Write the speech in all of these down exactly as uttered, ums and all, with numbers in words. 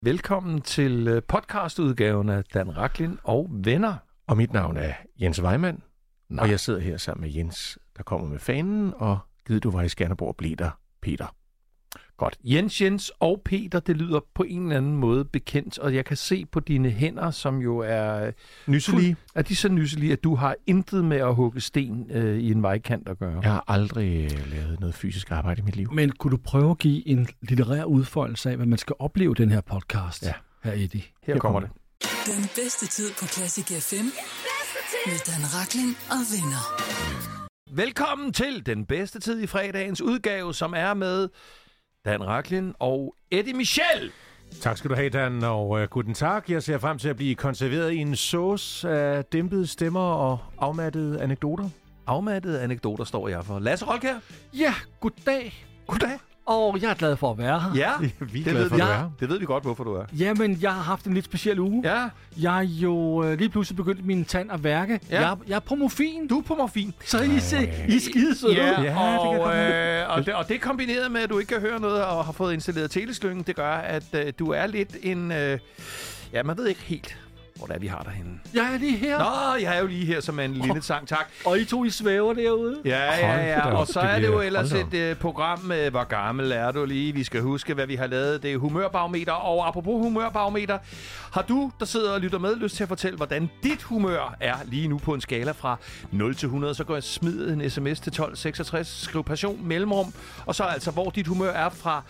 Velkommen til podcastudgaven af Dan Rachlin og venner. Og mit navn er Jens Weimann, Nej. og jeg sidder her sammen med Jens, der kommer med fanen, og gider du var i Skanderborg, blev der Peter. Godt. Jens, Jens og Peter, det lyder på en eller anden måde bekendt, og jeg kan se på dine hænder, som jo er Nysselige. Er de så nysselige, at du har intet med at hugge sten øh, i en vejkant at gøre? Jeg har aldrig lavet noget fysisk arbejde i mit liv. Men kunne du prøve at give en litterær udfoldelse af, hvad man skal opleve den her podcast, ja. her Eddie? Her, her kommer det. Den bedste tid på Classic F M med Dan Rachlin og venner. Velkommen til den bedste tid i fredagens udgave, som er med Dan Rachlin og Eddie Michel. Tak skal du have, Dan, og uh, guten tag. Jeg ser frem til at blive konserveret i en sauce af dæmpede stemmer og afmattede anekdoter. Afmattede anekdoter står jeg for. Lasse Rolkjær. Ja, goddag. Goddag. Og jeg er glad for at være her. Ja, vi er det, glade ved for, vi, at du ja, er. det ved vi godt, hvorfor du er. Jamen, jeg har haft en lidt speciel uge. Ja. Jeg er jo øh, lige pludselig begyndt min tand at værke. Ja. Jeg, jeg er på morfin. Du er på morfin. Så I, se, I er skide søde. Ja, Ja, og, det kan øh, og, det, og det kombineret med, at du ikke kan høre noget og har fået installeret teleslyngen, det gør, at øh, du er lidt en... Øh, ja, man ved ikke helt, hvor det er, vi har derhenne. Jeg er lige her. Nå, jeg er jo lige her som en lille sang, tak. Og I to, I svæver derude. Ja, ja, ja. Hold Og så er det jo bliver- ellers hold et uh, program med, hvor gammel er du lige? Vi skal huske, hvad vi har lavet. Det er humørbarometer. Og apropos humørbarometer, har du, der sidder og lytter med, lyst til at fortælle, hvordan dit humør er lige nu på en skala fra nul til hundrede, så går jeg smid en sms til tolv seksogtres, skriv passion, mellemrum, og så altså, hvor dit humør er fra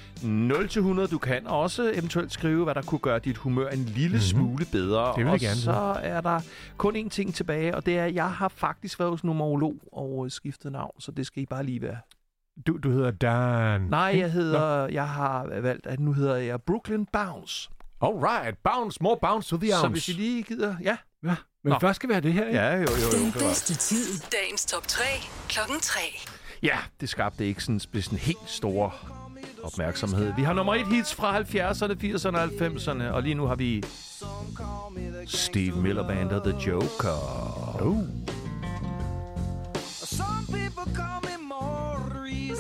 nul til hundrede. Du kan også eventuelt skrive, hvad der kunne gøre dit humør en lille mm-hmm. smule bedre. Det vil jeg og gerne så er der kun én ting tilbage, og det er, at jeg har faktisk været hos numerolog og skiftet navn, så det skal I bare lige være. Du, du hedder Dan. Nej, jeg hedder, jeg har valgt, at nu hedder jeg Brooklyn Bounce. All right, bounce, more bounce to the ounce. Så hvis I lige gider, ja. Ja, men Nå. først skal vi have det her, ikke? Ja, jo, jo, jo. Den det var- bedste tid. Dagens top tre. Klokken tre. Ja, det skabte ikke sådan, sådan helt store opmærksomhed. Vi har nummer et hits fra halvfjerdserne, firserne og halvfemserne, og lige nu har vi Steve Miller Band og The Joker. Oh. Some people call me Maurice.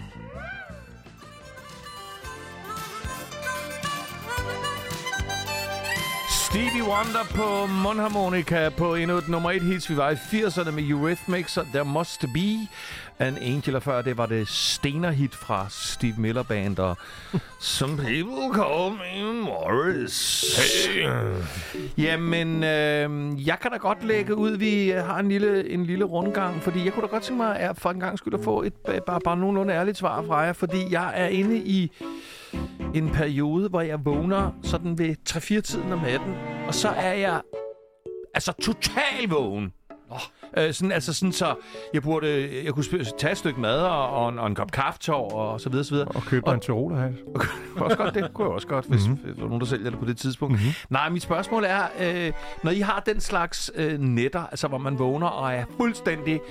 Stevie Wonder på mundharmonika på endnu et nummer et hits. Vi var i firserne med Eurythmics og There Must Be an Angel, og før det var det stener-hit fra Steve Miller Band og Some People Call Me Morris. Hey. Jamen, øh, jeg kan da godt lægge ud. Vi har en lille, en lille rundgang, fordi jeg kunne da godt tænke mig at for en gang skulle få et bare, bare nogenlunde ærligt svar fra jer, fordi jeg er inde i en periode, hvor jeg vågner sådan ved tre fire tiden om natten, og så er jeg altså total vågen. Oh. Øh, sådan, altså sådan så, jeg burde, jeg kunne spise, tage et stykke mad og, og, en, og en kop kaffetår og så videre, så videre. Og købe dig en Tyrolerhat. også godt, det kunne jeg også godt, hvis, Mm-hmm. hvis der var nogen, der sælger det på det tidspunkt. Mm-hmm. Nej, mit spørgsmål er, øh, når I har den slags øh, nætter, altså hvor man vågner og er fuldstændig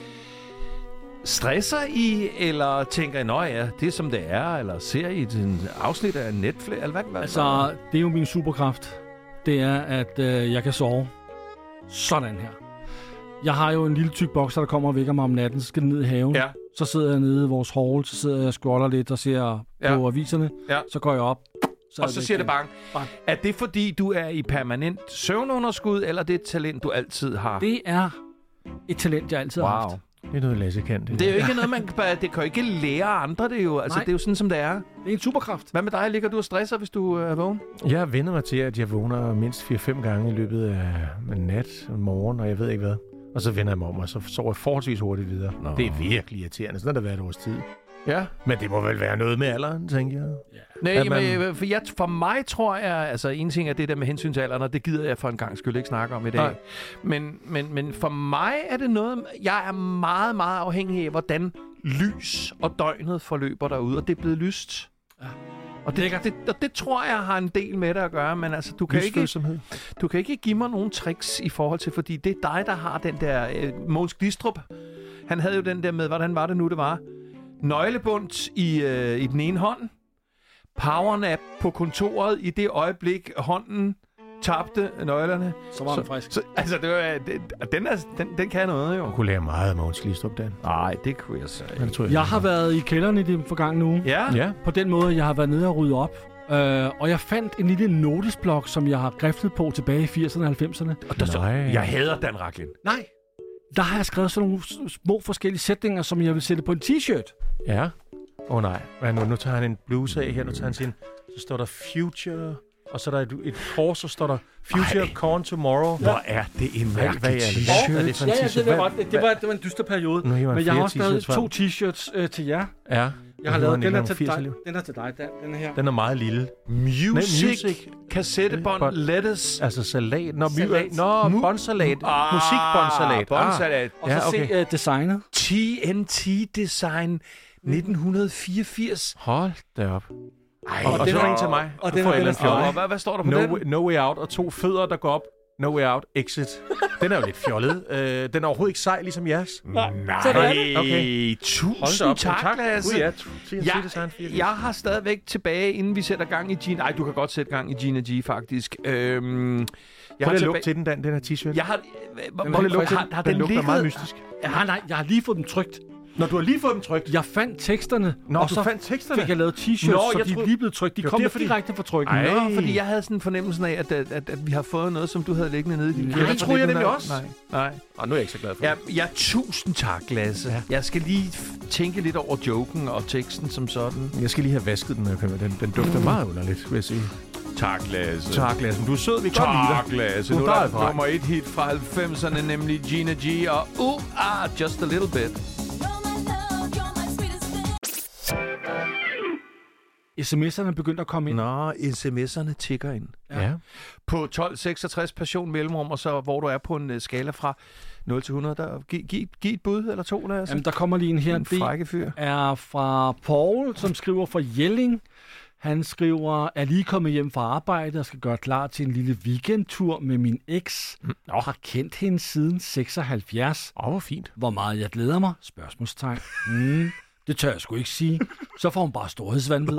stresser I, eller tænker I, nå ja, det er som det er, eller ser I en afsnit af Netflix, eller hvad? hvad Altså, det er jo min superkraft. Det er, at øh, jeg kan sove sådan her. Jeg har jo en lille tyk bokser, der kommer og vækker mig om natten, så skal den ned i haven. Ja. Så sidder jeg nede i vores hall, så sidder jeg og scroller lidt og ser Ja. på aviserne. Ja. Så går jeg op. Så og så siger det bang. Bang. Er det fordi, du er i permanent søvnunderskud, eller det er et talent, du altid har? Det er et talent, jeg altid har haft. Det er noget Lasse kan. Det, Det er jo ikke noget, man kan, det kan jo ikke lære andre, det er jo, altså, Nej. det er jo sådan, som det er. Det er en superkraft. Hvad med dig? Ligger du og stresser, hvis du er vågen? Jeg har vendt mig til, at jeg vågner mindst fire fem gange i løbet af nat, morgen, og jeg ved ikke hvad. Og så vender jeg mig om, og så sover jeg forholdsvis hurtigt videre. Nå. Det er virkelig irriterende. Sådan har det været et års tid. Ja. Men det må vel være noget med alderen, tænker jeg. Nej, At jamen, man- for, jeg, for mig tror jeg, altså en ting er det der med hensyn til alderen, og det gider jeg for en gang skyld ikke snakke om i dag. Nej. Men, men, men for mig er det noget, jeg er meget, meget afhængig af, hvordan lys og døgnet forløber derude, og det er blevet lyst. Ja. Og det, det, og det tror jeg har en del med det at gøre, men altså, du kan, ikke, Lysfølsomhed. du kan ikke give mig nogen tricks i forhold til, fordi det er dig, der har den der... Øh, Mogens Glistrup, han havde jo den der med, hvordan var det nu, det var? Nøglebundt i, øh, i den ene hånd, powernap på kontoret i det øjeblik, hånden tabte nøglerne. Så var den frisk. Så, altså, det var, det, den, er, den, den kan noget, jo. Jeg kunne lære meget af Mogens Glistrup, Dan. Nej, det kunne jeg så Ja, det tror jeg, Jeg har været i kælderen i den forgangne uge. Ja? Ja. På den måde, jeg har været nede og rydde op Øh, og jeg fandt en lille notesblok, som jeg har griflet på tilbage i firserne og halvfemserne. Og der står, Nej. jeg hader Dan Rachlin. Nej. Der har jeg skrevet sådan nogle s- små forskellige sætninger, som jeg vil sætte på en t-shirt. Ja. Åh oh, nej. Hvad nu? Nu tager han en bluse af her. Nu tager han sin... Så står der Future... Og så er der et, et kors, så står der Future Ej. Corn Tomorrow. Hvor er det en Hvad, mærkelig hvad er det? t-shirt. Hvad er det for en Ja, ja, t-shirt? det, var, Hvad- det, var, det var en dyster periode. Nu hiver han Men jeg har flere også lavet t-shirts to t-shirts øh, til jer. Ja. Jeg har Nu lavet hiver den han her til firs dig. alligevel. Den er til dig, Dan. Den er her. Den er meget lille. Music, Music. kassettebånd, Bånd. lettuce. Altså salat. Nå, Salat. my- Nå Mu- båndsalat. Ah, Musikbåndsalat. båndsalat. Og så Ja, okay. se uh, designet. T N T-design nitten fireogfirs. Hold da op. Ej, Og, og den så er- ring til mig. og Du den får er- et eller den andet er- fjollet. Og hvad, hvad står der på No, den? way- no Way Out, og to fødder, der går op. No Way Out, Exit. Den er jo lidt fjollet. Øh, den er overhovedet ikke sej, ligesom jeres. Nej, Sådan er det. okay. Tusind tak, Lasse. Gud, ja. Jeg, jeg har stadigvæk tilbage, inden vi sætter gang i Gina... Ej, du kan godt sætte gang i Gina G, faktisk. Øhm, jeg Prøv lige at lugte tilbage- til den, Dan, den her t-shirt. Jeg har... Hvor, Prøv lige at lugte til har, den. har Den den lugter ligget... meget mystisk. Nej, nej, jeg har lige fået dem trykt. Når du har lige fået dem trykt. Jeg fandt teksterne, Nå, og du så fandt teksterne. fik jeg lavet t-shirts, Nå, så jeg de troede- er lige blevet trykt. De Det var kommer derfor, de- direkte fra trykken. Ej. Nå, fordi jeg havde sådan en fornemmelse af, at, at, at, at vi har fået noget, som du havde liggende nede i din Nej, kælder det fra troede jeg nitten hundrede. nemlig også. Nej, nej. Og nu er jeg ikke så glad for Ja, det. ja, tusind tak, Lasse. Ja. Jeg skal lige f- tænke lidt over joken og teksten som sådan. Jeg skal lige have vasket den, når jeg kommer. Den, den dufter meget underligt, vil jeg sige. Tak, Lasse. Tak, Lasse. Du er sød, vi kan godt lide dig. Tak, Lasse. Du Nu er er der dejlig nummer et hit fra halvfemserne, nemlig Gina G og Uh, Ah, Just a Little Bit. sms'erne begyndte at komme ind. Nå, sms'erne tikker ind. Ja. På tolv seksogtres passion mellemrum, og så hvor du er på en uh, skala fra nul til hundrede. Der, giv, giv, giv et bud eller to, Lasse. Jamen, der kommer lige en her. En Det frække fyr. er fra Paul, som skriver fra Jelling. Han skriver, er lige kommet hjem fra arbejde og skal gøre klar til en lille weekendtur med min eks. Nå. Har kendt hende siden seksoghalvfjerds. Åh, hvor fint. Hvor meget jeg glæder mig? Spørgsmålstegn. Mm, det tør jeg sgu ikke sige. Så får hun bare storhedsvanvid.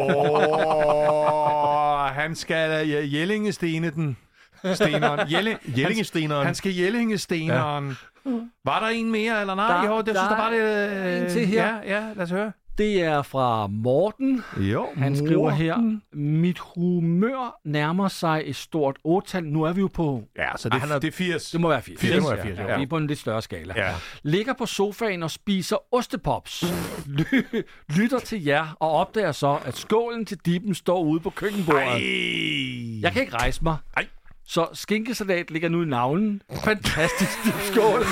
Nå, han skal uh, Jellingestene den. Steneren. Jelle, Jellingesteneren. Han skal Jellingesteneren. Ja. Var der en mere, eller nej? Der- jo, det der synes der bare det... er en til her. Ja, ja, lad os høre. Det er fra Morten. Jo, Han skriver her, mit humør nærmer sig et stort otal. Nu er vi jo på... Ja, så det, Ej, han er- det er firs. Det må være firs. Det må være firs, ja. ja. Vi er på en lidt større skala. Ja. Ligger på sofaen og spiser ostepops. Ly- lytter til jer og opdager så, at skålen til dippen står ude på køkkenbordet. Ej. Jeg kan ikke rejse mig. Ej. Så skinkesalat ligger nu i navlen. Fantastisk skål.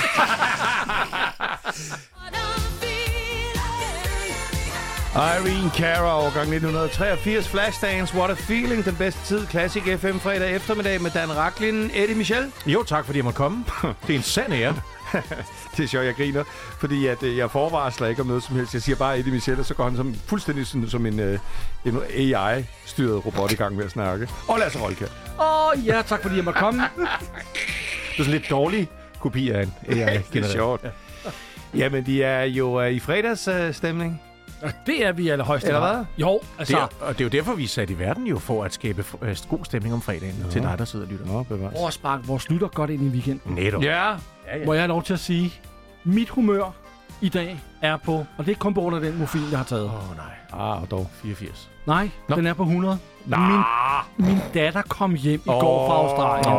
Irene Cara, årgang nitten treogfirs, Flashdance, What a Feeling, den bedste tid, Classic F M fredag eftermiddag med Dan Rachlin, Eddie Michel. Jo, tak fordi jeg måtte komme. Det er en sand ære. Det er sjovt, jeg griner, fordi at, øh, jeg forvarsler ikke om noget som helst. Jeg siger bare Eddie Michel, og så går han som, fuldstændig sådan, som en, øh, en A I-styret robot i gang med at snakke. Og Lasse Rolkær. Åh oh, ja, tak fordi jeg måtte komme. Det er sådan lidt dårlig kopi af en A I. Det er sjovt. Jamen, de er jo øh, i fredagsstemning. Og det er vi i allerhøjeste Eller grad. hvad? Jo, altså... Det er, og det er jo derfor, vi er sat i verden jo, for at skabe øh, god stemning om fredagen Nå. til dig, der sidder og lytter. Nå, bevares. Vores spark, vores lytter godt ind i weekenden. Netop. Ja, Ja, ja. Må jeg have lov til at sige, mit humør i dag er på, og det er ikke kun på grund af den morfin, jeg har taget. Åh, oh, nej. ah, og dog. fireogfirs. Nej, Nå. den er på hundrede. Nah. Min, min datter kom hjem i går fra Australien,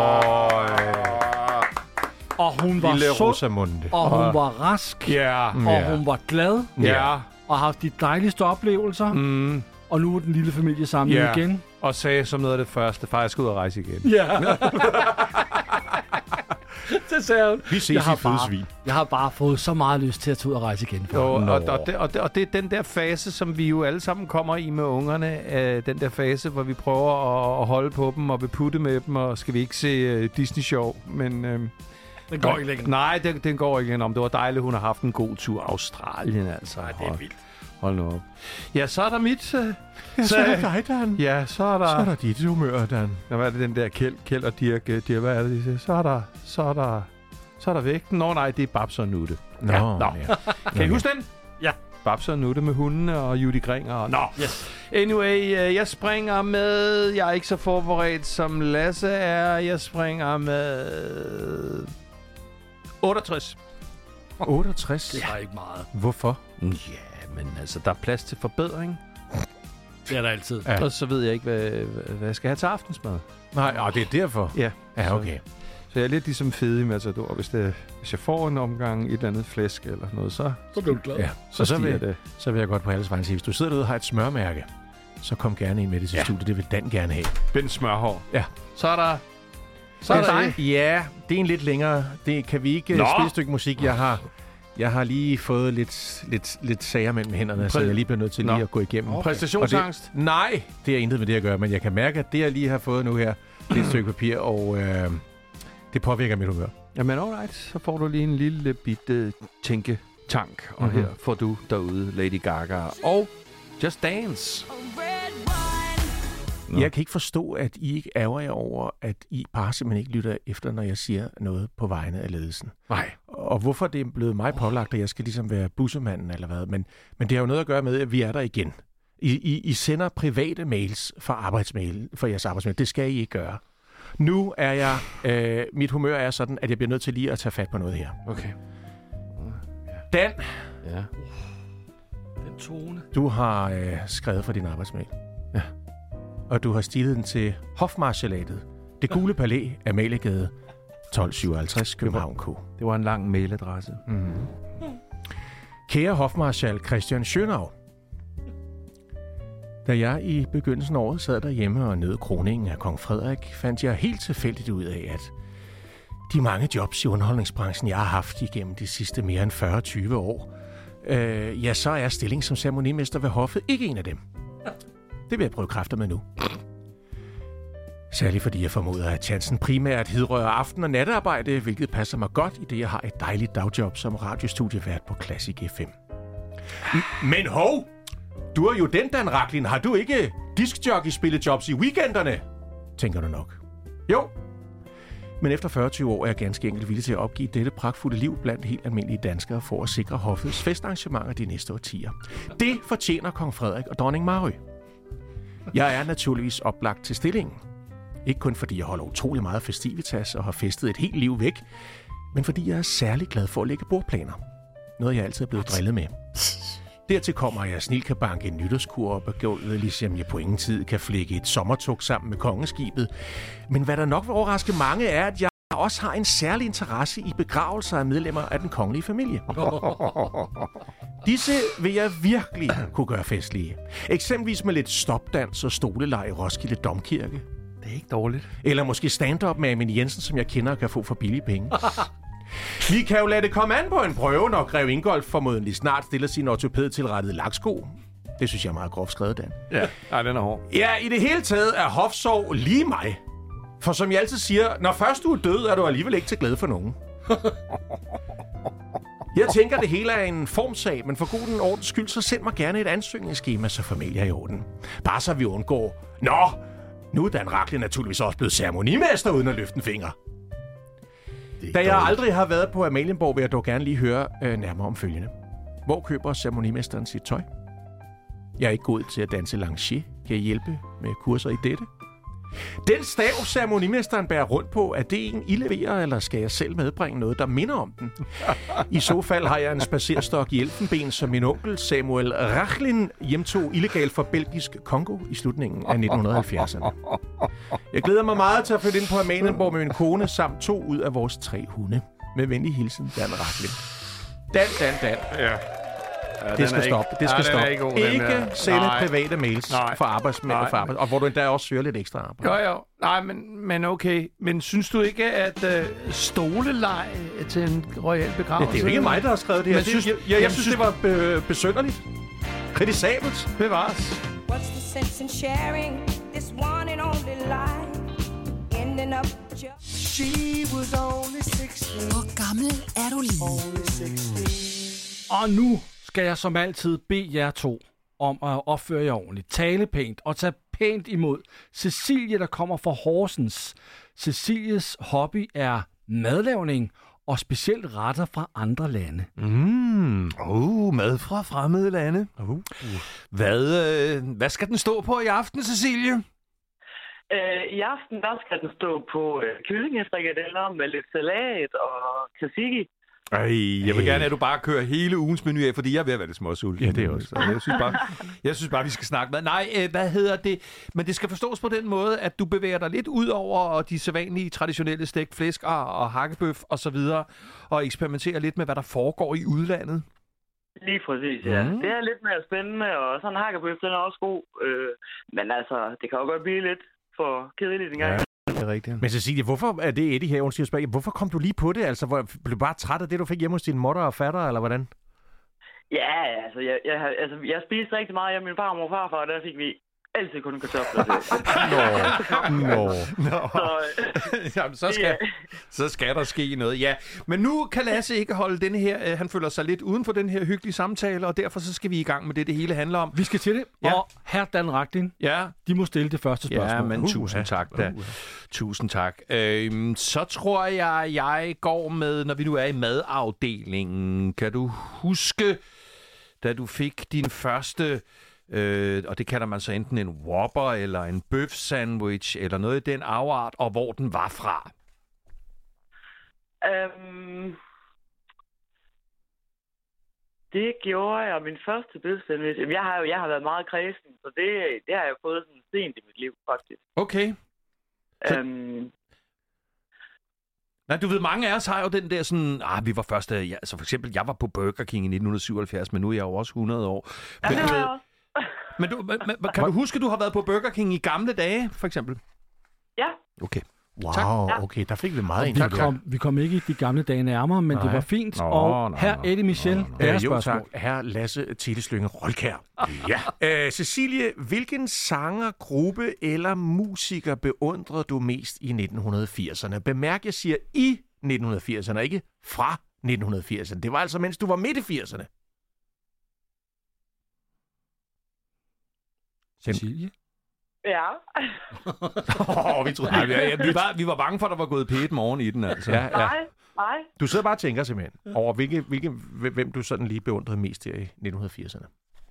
og hun var Lille sund, Rosamunde. og hun var rask, Ja. og Ja. hun var glad, Ja. og har haft de dejligste oplevelser, Mm. og nu er den lille familie samlet Ja. igen. Og sagde som noget af det første, far, jeg skal ud og rejse igen. Ja. Det sagde hun. Vi ses Jeg har i fede bare- svin. Jeg har bare fået så meget lyst til at tage ud og rejse igen. Jo, og, Nå. og, og, det, og, det, og det er den der fase, som vi jo alle sammen kommer i med ungerne. Øh, den der fase, hvor vi prøver at, at holde på dem og beputte med dem, og skal vi ikke se uh, Disney-show, men... Øh, Den går ikke længere. Nej, den, den går ikke om. Det var dejligt, hun har haft en god tur. Australien, altså. Nej, det er vildt. Hold nu op. Ja, så er der mit... Uh, Ja, så er der dig, Dan. ja, så er der... Så er der dit humør, Dan. Nå, hvad er det, den der Kjeld, Kjeld og Dirk, uh, Dirk, hvad er det, de siger? Så er der... Så er der... Så er der vægten. Nå nej, det er Babs og Nutte. Nå, Ja, nå. ja. Kan I huske den? Ja. Babs og Nutte med hundene og Judy Gringer. Og... Nå. Yes. Anyway, uh, jeg springer med... Jeg er ikke så forberedt, som Lasse er. Jeg springer med... otteogtres. otteogtres. Det er ikke meget. Hvorfor? Ja, men altså, der er plads til forbedring. Det er der altid. Ja. Og så ved jeg ikke, hvad, hvad jeg skal have til aftensmad. Nej, og det er derfor. Ja. Ja, okay. Så jeg er lidt ligesom fede i Matador. Hvis, det, hvis jeg får en omgang et eller andet flæsk eller noget, så, Så bliver du glad. Ja. så, så, stiger vil, det. så vil jeg godt på alles vegne sige, hvis du sidder derude og har et smørmærke, så kom gerne ind med det til Ja. studiet. Det vil Dan gerne have. Bind smørhår. Ja. Så er der... Så er der dig. Ja, det er en lidt længere. Det kan vi ikke Nå. spille et stykke musik. Jeg har, jeg har lige fået lidt, lidt, lidt sager mellem hænderne, Præ- så jeg lige bliver nødt til lige Nå. at gå igennem. Okay. Præstationsangst? Det, nej, det er intet med det at gøre, men jeg kan mærke, at det, jeg lige har fået nu her, det er et stykke papir, og øh, det påvirker mit humør. Jamen alright, så får du lige en lille bitte tænketank. Og Mhm. her får du derude Lady Gaga og Just Dance. Nå. Jeg kan ikke forstå, at I ikke ærger jer over, at I bare simpelthen ikke lytter efter, når jeg siger noget på vegne af ledelsen. Nej. Og hvorfor det er blevet mig pålagt, at jeg skal ligesom være bussemanden eller hvad. Men, men det har jo noget at gøre med, at vi er der igen. I, I, I sender private mails for arbejdsmail, for jeres arbejdsmail. Det skal I ikke gøre. Nu er jeg... Øh, mit humør er sådan, at jeg bliver nødt til lige at tage fat på noget her. Okay. Dan, Ja. Den tone. du har øh, skrevet for din arbejdsmail. Ja. Og du har stilet den til Hofmarschalatet. Det gule palæ, Amaliegade, tolv syvoghalvtreds, København K. Det var en lang mailadresse. Mm. Kære hofmarskal Christian Schönau. Da jeg i begyndelsen af året sad derhjemme og nød kroningen af kong Frederik, fandt jeg helt tilfældigt ud af, at de mange jobs i underholdningsbranchen, jeg har haft igennem de sidste mere end fyrre til tyve år, øh, ja, så er stilling som ceremonimester ved hoffet ikke en af dem. Det vil jeg prøve kræfter med nu. Særligt fordi jeg formoder, at chancen primært hidrører aften- og nattearbejde, hvilket passer mig godt, i det jeg har et dejligt dagjob som radiostudievært på Classic F M. M- Men hov! Du er jo den, Dan Rachlin. Har du ikke diskjockey-spillejobs i weekenderne? Tænker du nok. Jo. Men efter fyrre til tyve år er jeg ganske enkelt villig til at opgive dette pragtfulde liv blandt helt almindelige danskere for at sikre hoffets festarrangementer de næste årtier. Det fortjener kong Frederik og dronning Mary. Jeg er naturligvis oplagt til stillingen. Ikke kun fordi jeg holder utrolig meget festivitas og har festet et helt liv væk, men fordi jeg er særlig glad for at lægge bordplaner. Noget jeg altid er blevet drillet med. Dertil kommer, at jeg snilt kan banke en nytårskur op og gulvet, ligesom jeg på ingen tid kan flække et sommertog sammen med kongeskibet. Men hvad der nok vil overraske mange er, at jeg også har en særlig interesse i begravelser af medlemmer af den kongelige familie. Disse vil jeg virkelig kunne gøre festlige. Eksempelvis med lidt stopdans og stolelej i Roskilde Domkirke. Det er ikke dårligt. Eller måske stand-up med Amin Jensen, som jeg kender og kan få for billige penge. Vi kan jo lade det komme an på en prøve, når Grev Ingolf formodentlig snart stiller sin ortopædtilrettede laksko. Det synes jeg er meget groft skrevet, Dan. Ja, ej, den er hård. Ja, i det hele taget er hofsorg lige mig. For som jeg altid siger, når først du er død, er du alligevel ikke til glæde for nogen. Jeg tænker, det hele er en formsag, men for god en ordens skyld, så send mig gerne et ansøgningsskema, så familie er i orden. Bare så vi undgår... Nå, nu er Dan Rachlin naturligvis også blevet ceremonimester uden at løfte en finger. Da jeg aldrig har været på Amalienborg, vil jeg dog gerne lige høre øh, nærmere om følgende. Hvor køber ceremonimesteren sit tøj? Jeg er ikke god til at danse lancier. Kan jeg hjælpe med kurser i dette? Den stav, ceremonimesteren bærer rundt på, er det en, I leverer, eller skal jeg selv medbringe noget, der minder om den? I så fald har jeg en spacerstok i elfenben, som min onkel Samuel Rachlin hjemtog illegalt fra Belgisk Kongo i slutningen af nitten halvfjerdserne. Jeg glæder mig meget til at flytte ind på Amalienborg med min kone samt to ud af vores tre hunde. Med venlig hilsen, Dan Rachlin. Dan, Dan, Dan. Ja. Ja, Det skal stoppe. Det skal ja, stoppe. Ikke, god, ikke sende private mails Nej. for arbejdsmænd og for arbejde. Og hvor du endda også søger lidt ekstra arbejde. Jo, jo. Nej, men, men okay. Men synes du ikke, at øh, stolelej til en royal begravelse... Ja, det er jo ikke mig, der har skrevet det her. Men Det, synes- jeg, jeg, jeg jamen, synes, synes- det var be- besynderligt. Kritisabelt. Bevares. What's the sense in sharing this one and only life? Ending up just She was only sixteen. Hvor gammel er du lige? Only sixteen. Og nu skal jeg som altid bede jer to om at opføre jer ordentligt, tale pænt og tage pænt imod Cecilie, der kommer fra Horsens. Cecilies hobby er madlavning og specielt retter fra andre lande. Mm. Uh, mad fra fremmede lande. Uh. Hvad, øh, hvad skal den stå på i aften, Cecilie? Øh, I aften der skal den stå på øh, kyllingefrikadeller med lidt salat og tzatziki. Ej, jeg vil gerne have, at du bare kører hele ugens menu af, fordi jeg er ved at være lidt småsulten. Ja, det er også. Så jeg synes bare, jeg synes bare, vi skal snakke med. Nej, øh, hvad hedder det? Men det skal forstås på den måde, at du bevæger dig lidt ud over de sædvanlige traditionelle stegt flæsk og, og hakkebøf og så videre, og eksperimenterer lidt med, hvad der foregår i udlandet. Lige præcis, ja. Mm. Det er lidt mere spændende, og sådan en hakkebøf, den er også god. Øh, men altså, det kan jo godt blive lidt for kedeligt en gang. Ja. Det er rigtigt. Men Cecilie, hvorfor er det Eddie her, hun siger spørger, hvorfor kom du lige på det? Altså, hvor, blev du bare træt af det, du fik hjemme hos din mutter og fatter, eller hvordan? Ja, altså jeg, jeg, altså, jeg spiste rigtig meget hjemme min farmor og farfar, og der fik vi altid kun kartofler til. Nå, nå. Så, Jamen, så, skal, så skal der ske noget, ja. Men nu kan Lasse ikke holde denne her, øh, han føler sig lidt uden for den her hyggelige samtale, og derfor så skal vi i gang med det, det hele handler om. Vi skal til det, Ja. og hr. Dan Rachlin, Ja, de må stille det første spørgsmål. ja men Uh, tusind ja. tak da. Tusind tak. Øhm, så tror jeg, jeg går med, når vi nu er i madafdelingen. Kan du huske, da du fik din første... Øh, og det kalder man så enten en Whopper eller en bøf sandwich eller noget i den afart, og hvor den var fra? øhm, det gjorde jeg min første bøf sandwich. Jeg har jo jeg har været meget kredsen, så det, det har jeg fået sådan sent i mit liv, faktisk. Okay. Så- Øhm, Nej, du ved, mange af os har jo den der sådan, ah, vi var først, ja, altså for eksempel, jeg var på Burger King i nitten syvoghalvfjerds, men nu er jeg jo også hundrede år. ja, Men, det du har ved, jeg også. men, du, men, men kan du huske, at du har været på Burger King i gamle dage, for eksempel? Ja. Okay. Wow, okay, der fik vi meget ind i Vi det. kom, vi kom ikke i de gamle dage nærmere, men Nej. det var fint. Nå, og nå, her nå. Eddie Michel, Nå, nå, nå. deres Øh, jo, tak. spørgsmål. Herre Lasse Teleslynge Rolkær. Ja. Øh, Cecilie, hvilken sanger, gruppe eller musiker beundrede du mest i nitten firserne? Bemærk, jeg siger i nitten firserne, ikke fra nitten firserne. Det var altså, mens du var midt i firserne. Cecilie? Ja. Åh, vi troede, Ja, ja, vi, var, vi var bange for, at der var gået pæt morgen i den, altså. Ja, ja. Nej, nej. Du sidder bare og tænker simpelthen over, hvilke, hvilke, hvem du sådan lige beundrede mest her i nitten firserne.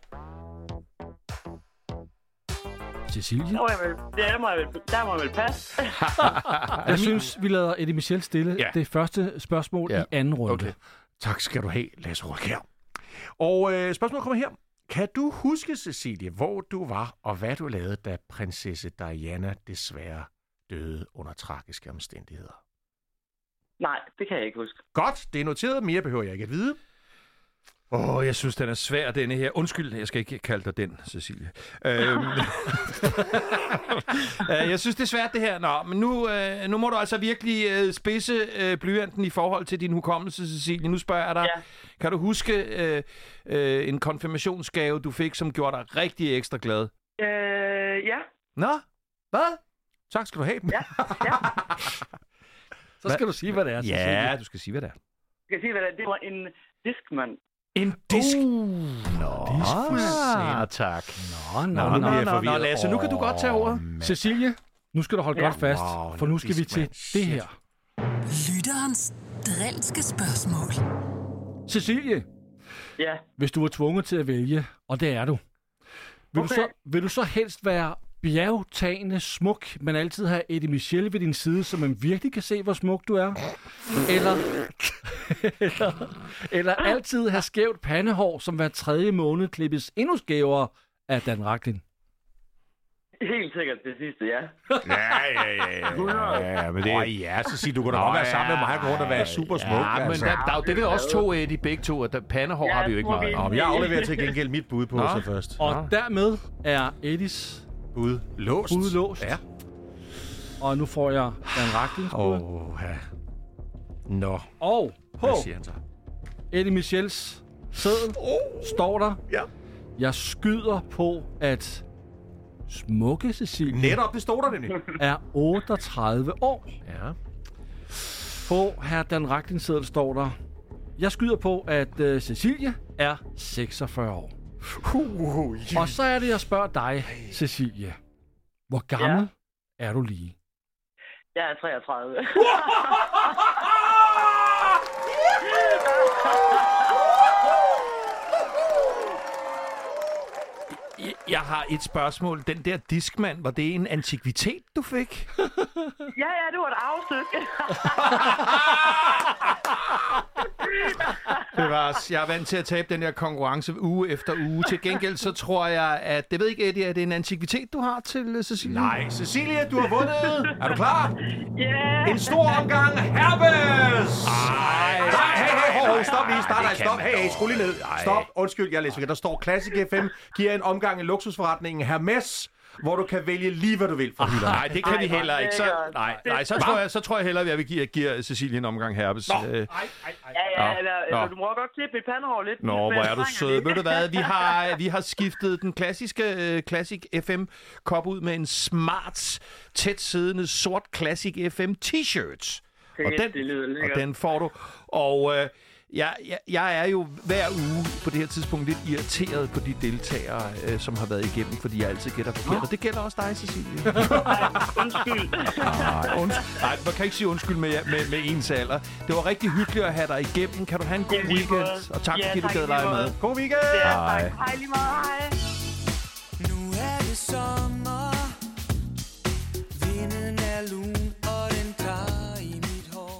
Cecilie? Der må jeg vel, der må jeg vel, der må jeg vel passe. Jeg synes, vi lader Eddie Michel stille Ja. det første spørgsmål Ja. i anden runde. Okay. Tak skal du have, Lasse Rolkær. Og øh, spørgsmålet kommer her. Kan du huske, Cecilie, hvor du var, og hvad du lavede, da prinsesse Diana desværre døde under tragiske omstændigheder? Nej, det kan jeg ikke huske. Godt, det er noteret. Mere behøver jeg ikke at vide. Åh, oh, jeg synes, den er svær, denne her. Undskyld, jeg skal ikke kalde dig den, Cecilie. øhm. Øh, jeg synes, det er svært, det her. Nå, men nu, øh, nu må du altså virkelig øh, spidse øh, blyanten i forhold til din hukommelse, Cecilie. Nu spørger jeg dig. Ja. Kan du huske øh, øh, en konfirmationsgave, du fik, som gjorde dig rigtig ekstra glad? Øh, ja. Nå, hvad? Tak skal du have. Ja, ja. Så skal du sige, hvad det er, Cecilie. Ja, du skal sige, hvad det er. Jeg kan sige, hvad det er. Det var en diskmand. En disk. Uh, Nå, Ah, tak. Nå, nå, Nå, nå, nå, nå. nå, nå, Lasse, nu kan du godt tage ordet. Cecilie, nu skal du holde Ja. godt fast, Wow, for nu skal vi til Discman. det Shit. her. Lytterens drilske spørgsmål. Cecilie, Ja. hvis du var tvunget til at vælge, og det er du, vil, Okay. du, så, vil du så helst være bjergtagende smuk, men altid have Eddie Michel ved din side, så man virkelig kan se, hvor smuk du er? Eller, eller, eller altid have skævt pandehår, som hver tredje måned klippes endnu skævere af Dan Rachlin? Helt sikkert det sidste, ja. Ja, ja, ja, ja, ja, men det... Åh, ja, så siger du, kunne da godt være sammen med mig og gå rundt og være super smuk. Ja, men altså. der, der er jo det der også to af de begge to, at der pandehår Ja, har vi jo ikke tror vi- meget. Nå, men jeg afleverer til gengæld mit bud på Nå. så først. Og dermed er Eddies Bud låst. bud låst. Ja. Og nu får jeg Dan Rachlins bud. Åh, ja. Nå, Og på hvad siger han så? Eddie Michels seddel står der, Ja. jeg skyder på, at smukke Cecilie Netop, det stod der nemlig. er otteogtredive år. Ja. På her Dan Rachlins seddel står der, jeg skyder på, at uh, Cecilie er seksogfyrre år. Og så er det, jeg spørger dig, Cecilie. Hvor gammel er du lige? Jeg er treogtredive. Jeg, jeg har et spørgsmål. Den der Discman, var det en antikvitet, du fik? Ja, ja, det var et arvestykke. Det var, jeg er vant til at tabe den her konkurrence uge efter uge. Til gengæld så tror jeg, at... Det ved ikke, Eddie, er det en antikvitet, du har til uh, Cecilie? Nej, Cecilie, du har vundet. Er du klar? Ja. Yeah. En stor omgang Hermes! Ej, nej, hey, hey, ho, ho, stop lige, start, stop, hey, hey, skru lige ned. Stop, undskyld, jeg læser. Der står Classic F M giver en omgang i luksusforretningen Hermes, hvor du kan vælge lige, hvad du vil fra hylderne. Nej, det kan Ej, vi heller ikke. Så, lækkert. nej, nej, så tror jeg, så tror jeg hellere, at vi giver, giver Cecilie en omgang Hermes. Nå, Øh, ej, ej, ej. Ja, ja, Nå. eller, Nå. eller du må godt klippe mit pandehår lidt. Nå, hvor er du sød. Ved du hvad, vi har, vi har skiftet den klassiske uh, Classic F M-kop ud med en smart, tæt siddende, sort Classic F M t-shirt. Og den, det lyder og lækkert. den får du. Og uh, jeg, jeg, jeg er jo hver uge på det her tidspunkt lidt irriteret på de deltagere, uh, som har været igennem, fordi jeg altid gætter forkert. Og det gælder også dig, Cecilie. Undskyld. Nej, undskyld. Nej, man kan ikke sige undskyld med, med, med ens alder. Det var rigtig hyggeligt at have dig igennem. Kan du have en god Jamen, lige weekend? måde. Og tak, Ja, fordi du tak, gad lige lege måde. med. God weekend! Ja, Hej. tak. Hej lige meget. Hej. Nu er det sommer. Vinden er lun, og den tager i mit hår.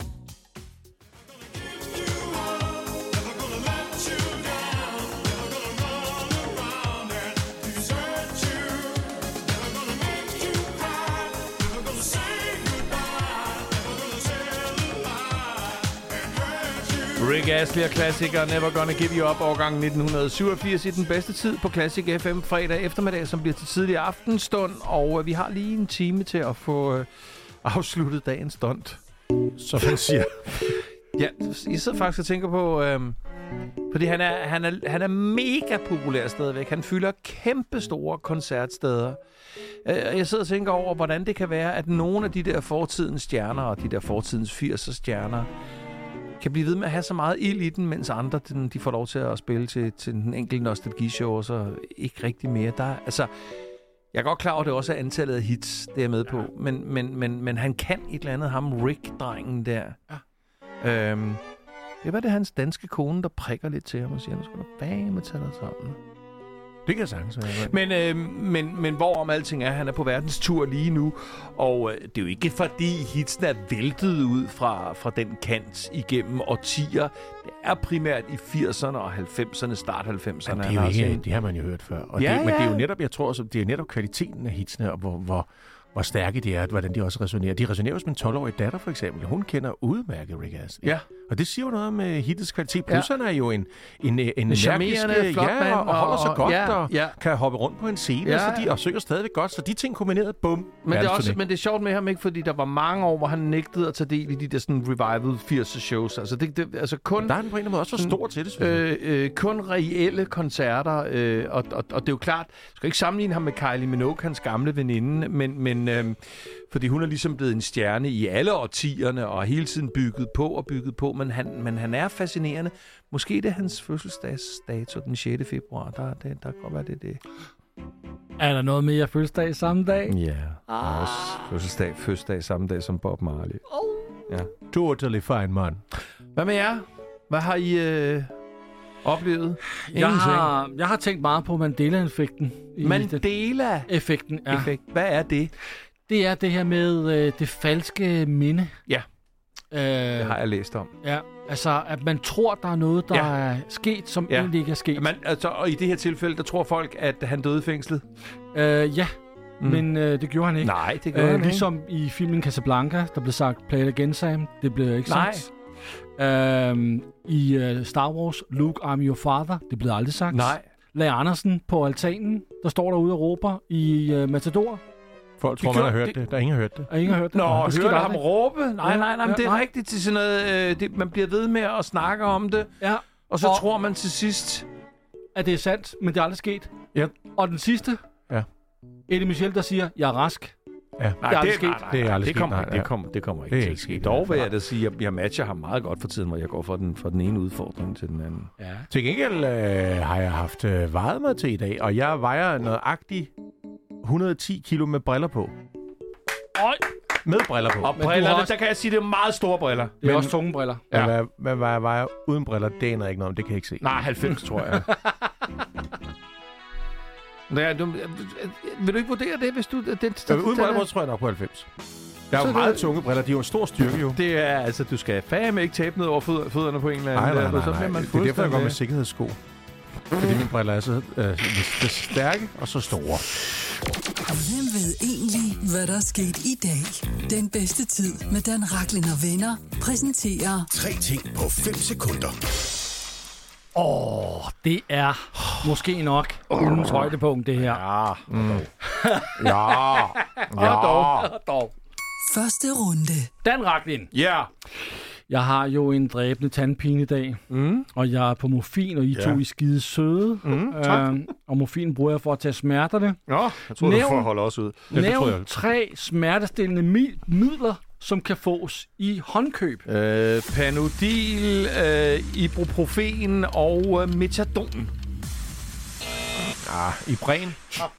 Rick Astley og klassiker Never Gonna Give You Up, årgang nitten syvogfirs i den bedste tid på Classic F M fredag eftermiddag, som bliver til tidlig aftenstund, og øh, vi har lige en time til at få øh, afsluttet dagens stunt. Som han siger. Ja, jeg sidder faktisk og tænker på, øh, fordi han er, han, er, han er mega populær stadigvæk. Han fylder kæmpe store koncertsteder. Øh, jeg sidder og tænker over, hvordan det kan være, at nogle af de der fortidens stjerner, og de der fortidens firsers stjerner, kan blive ved med at have så meget ild i den, mens andre de, de får lov til at spille til, til den enkelte nostalgishow, og så ikke rigtig mere. Der, altså, jeg er godt klar over, at det også er antallet af hits, det er med på, men, men, men, men han kan et eller andet, ham Rick-drengen der. Ja. Øhm, det var det hans danske kone, der prikker lidt til ham og siger, nu skal du bage med tallet sammen. Det kan jeg sagtens være. Men, øh, men, men hvorom alting er, han er på verdenstur lige nu, og øh, det er jo ikke fordi hitsen er væltet ud fra, fra den kant igennem årtier. Det er primært i firserne og halvfemserne, start halvfemserne. Det, er jo ikke, det har man jo hørt før. Og Ja, det, men ja. det er jo netop, jeg tror, det er netop kvaliteten af hitsene, og hvor, hvor, hvor stærke de er, hvordan de også resonerer. De resonerer hos min tolv-årige datter, for eksempel. Hun kender udmærket Rick Astley. Ja. Og det siger jo noget om uh, hittets kvalitet. Plus Ja. han er jo en, en, en, en charmerende, energisk, flot ja, mand, og, og holder sig og- godt, ja, og ja. kan hoppe rundt på en scene, Ja, så de, ja. og synger stadigvæk godt. Så de ting kombineret, bum. Men det, er også, verdensturné. men det er sjovt med ham, ikke? Fordi der var mange år, hvor han nægtede at tage del i de der sådan revival firserne shows. Altså, det, det, altså kun... Der er den på en eller anden måde også for stor til det, synes jeg. Øh, øh, kun reelle koncerter, øh, og, og, og det er jo klart, du skal ikke sammenligne ham med Kylie Minogue, hans gamle veninde, men, men øh, fordi hun er ligesom blevet en stjerne i alle årtierne, og har hele tiden bygget på og bygget på, men han, men han er fascinerende. Måske det er hans fødselsdagsdato den sjette februar, der, der, der kan godt være det det. Er der noget mere fødselsdag samme dag? Ja, ah. også fødselsdag, fødselsdag samme dag som Bob Marley. Oh. Ja. Totally fine, man. Hvad med jer? Hvad har I øh, oplevet? Jeg har, jeg har tænkt meget på Mandela-effekten. i den- Mandela Effekten, ja. effekt. Hvad er det? Det er det her med øh, det falske minde. Ja. Øh, Det har jeg læst om. Ja, altså at man tror, der er noget, der Ja. er sket, som Ja. egentlig ikke er sket. Man, altså, og i det her tilfælde, der tror folk, at han døde i fængslet. Øh, ja, Mm. mm. men øh, det gjorde han ikke. Nej, det gjorde Øh, han ikke. ligesom i filmen Casablanca, der blev sagt, play it again, Sam. Det blev ikke Nej. sagt. Øhm, I uh, Star Wars, Luke, I'm your father. Det blev aldrig sagt. Nej. Lea Andersen på altanen, der står derude og råber i uh, Matador. Folk tror, Det man har gjorde- hørt det. Der er ingen, der har hørt det. Og ingen har hørt det. Nå, det skete hørte ham aldrig. råbe? Nej, nej, nej, men Ja, det er nej. rigtigt til sådan noget. Øh, det, man bliver ved med at snakke om det, Ja, og så Og- tror man til sidst... at det er sandt, men det er aldrig sket. Ja. Og den sidste, Ja. Eddie Michel, der siger, jeg er rask. Ja. Nej, Det er aldrig sket. nej, nej, Det er nej, aldrig det sket, kommer, nej, det nej. kommer, det kommer ikke Det er til at ikke ske. sket. Dog vil jeg da sige, at jeg matcher ham meget godt for tiden, hvor jeg går fra den, fra den ene udfordring til den anden. Ja. Til gengæld øh, har jeg haft øh, vejet mig til i dag, og jeg vejer nøjagtigt et hundrede og ti kilo med briller på. Øj, Med briller på. Og Men du brillerne, har også- der kan jeg sige, det er meget store briller. det er Men- også tunge briller. Ja. Ja. Hvad, hvad, hvad jeg vejer uden briller, det aner jeg ikke noget om. Det kan jeg ikke se. Nej, halvfems, tror jeg. Ja, du, vil du ikke vurdere det, hvis du... Det, det, Ja, uden briller tror jeg nok på halvfems. Jeg har jo Så meget det- tunge briller. De har jo stor styrke, jo. det er altså, du skal fandme ikke tabe ned over fød- fødderne på en eller anden. Nej, nej, der, nej, så nej. bliver man Det er derfor, jeg går med fuldstændig- sikkerhedssko. Fordi mine briller er så øh, så stærke og så store. Hvem ved egentlig, hvad der er sket i dag? Den bedste tid med Dan Racklin og venner præsenterer Tre ting på fem sekunder. Åh, det er måske nok ugens højdepunkt, det her. Ja. Mm. ja. Ja. dog. dog. første runde. Dan Racklin, Ja. jeg har jo en dræbende tandpine i dag, mm. og jeg er på morfin, og I Ja. to er skide søde. Mm, øhm, og morfin bruger jeg for at tage smerterne. Nå, jeg tror, du Nævn- får holde os ud. det tror Nævn jeg. tre smertestillende mi- midler, som kan fås i håndkøb. Øh, Panodil, øh, Ibuprofen og øh, Metadon. Ah, i bræn.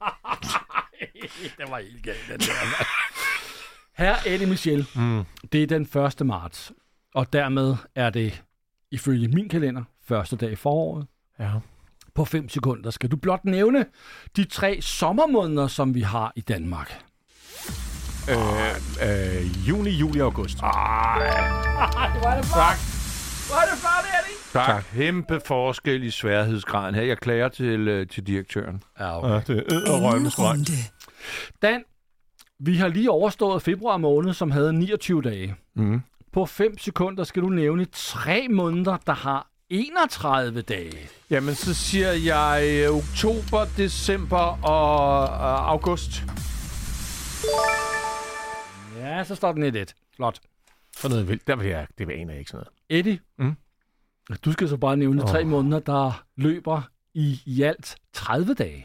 Det var helt galt, den der. Herre Eddie Michel, mm. det er den første marts, og dermed er det, ifølge min kalender, første dag i foråret. Ja. På fem sekunder skal du blot nævne de tre sommermåneder, som vi har i Danmark. Øh, øh, juni, juli og august. Hvor er det flot! Hvor er det flot, Eddie! Tak. tak. Kæmpe forskel i sværhedsgraden her. Jeg klager til, øh, til direktøren. Ja, okay. Ja, det er Anden røgende skræk. runde. Dan, vi har lige overstået februar måned, som havde niogtyve dage. Mm. På fem sekunder skal du nævne tre måneder, der har enogtredive dage. Jamen, så siger jeg øh, oktober, december og øh, august. Ja, så står den et et. Flot. Sådan noget vildt. Der vil jeg, det aner jeg ikke sådan noget. Eddie, Mm. du skal så bare nævne Åh. tre måneder, der løber i, i alt tredive dage.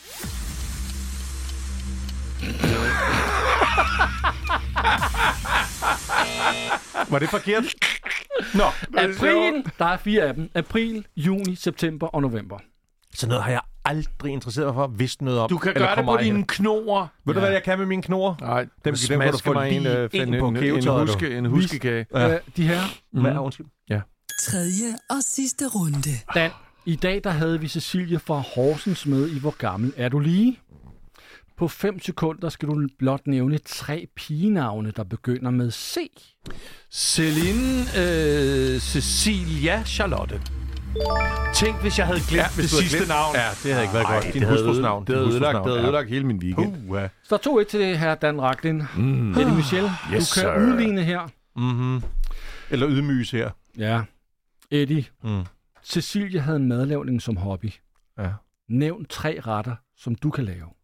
Var det forkert? Nå, April, der er fire af dem. April, juni, september og november. sådan noget har jeg aldrig interesseret mig for, vidst noget om. Du kan eller gøre det kommer på ej hen. dine knor. Ved du, hvad jeg kan med mine knor? Nej, Dem- dem, dem kan du få mig en, lige øh, ind en, på en, en, kævetøjet, huske, en huskekage. Ja. Ja. Øh, de her. Hvad er undskyld? Tredje og sidste runde. Dan, i dag der havde vi Cecilie fra Horsens med i Hvor gammel er du lige? På fem sekunder skal du blot nævne tre pigenavne, der begynder med C. Celine, øh, Cecilia, Charlotte. Tænk, hvis jeg havde glemt ja, det sidste glemt. navn. Ja, det havde ikke været Ej, godt. Din det havde hustrus øde- navn. Det havde Din ødelagt, hustrus det havde navn, ødelagt hele min weekend. Uh, ja. Så to et til her Dan Racklin. Mm. Eddie Michel, Yes, du kan sir. udligne her. Mm-hmm. Eller ydmyges her. Ja. Eddie, Mm. Cecilie havde madlavning som hobby. Ja. Nævn tre retter, som du kan lave.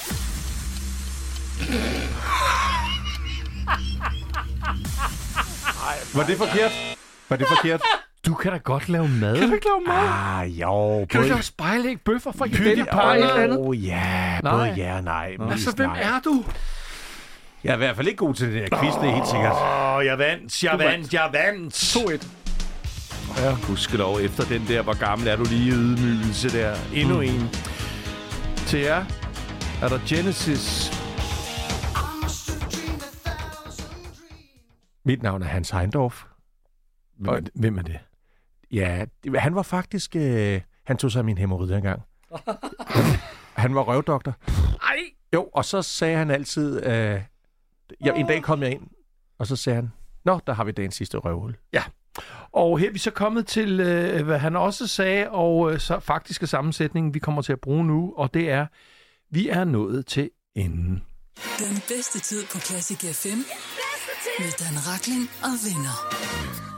Var det forkert? Var det forkert? Du kan da godt lave mad. Kan du ikke lave mad? Ah, jo. Kan du ikke lave spejlæg, bøffer, for Pyttipej, eller et eller andet? Åh, oh, ja. Nej. Både ja og nej. Altså, Mest hvem nej. er du? Jeg er i hvert fald ikke god til det der quiz, det er helt sikkert. Åh, oh, jeg vandt, jeg Du vandt. vandt, jeg vandt. to et. Ja. Husk dog, efter den der, hvor gammel er du lige ydmygelse der. Endnu mm. en. Til jer er der Genesis. Mit navn er Hans Heindorf. Hvem er det? Hvem er det? Ja, det, han var faktisk... Øh, han tog sig af min hæmorrhoide engang. Han var røvdoktor. Ej! Jo, og så sagde han altid... Øh, ja, en dag kom jeg ind, og så sagde han, nå, der har vi dagens sidste røvhul. Ja. Og her er vi så kommet til, øh, hvad han også sagde, og øh, så faktiske sammensætning, vi kommer til at bruge nu, og det er, vi er nået til enden. Den bedste tid på Classic F M med Dan Racklin og venner.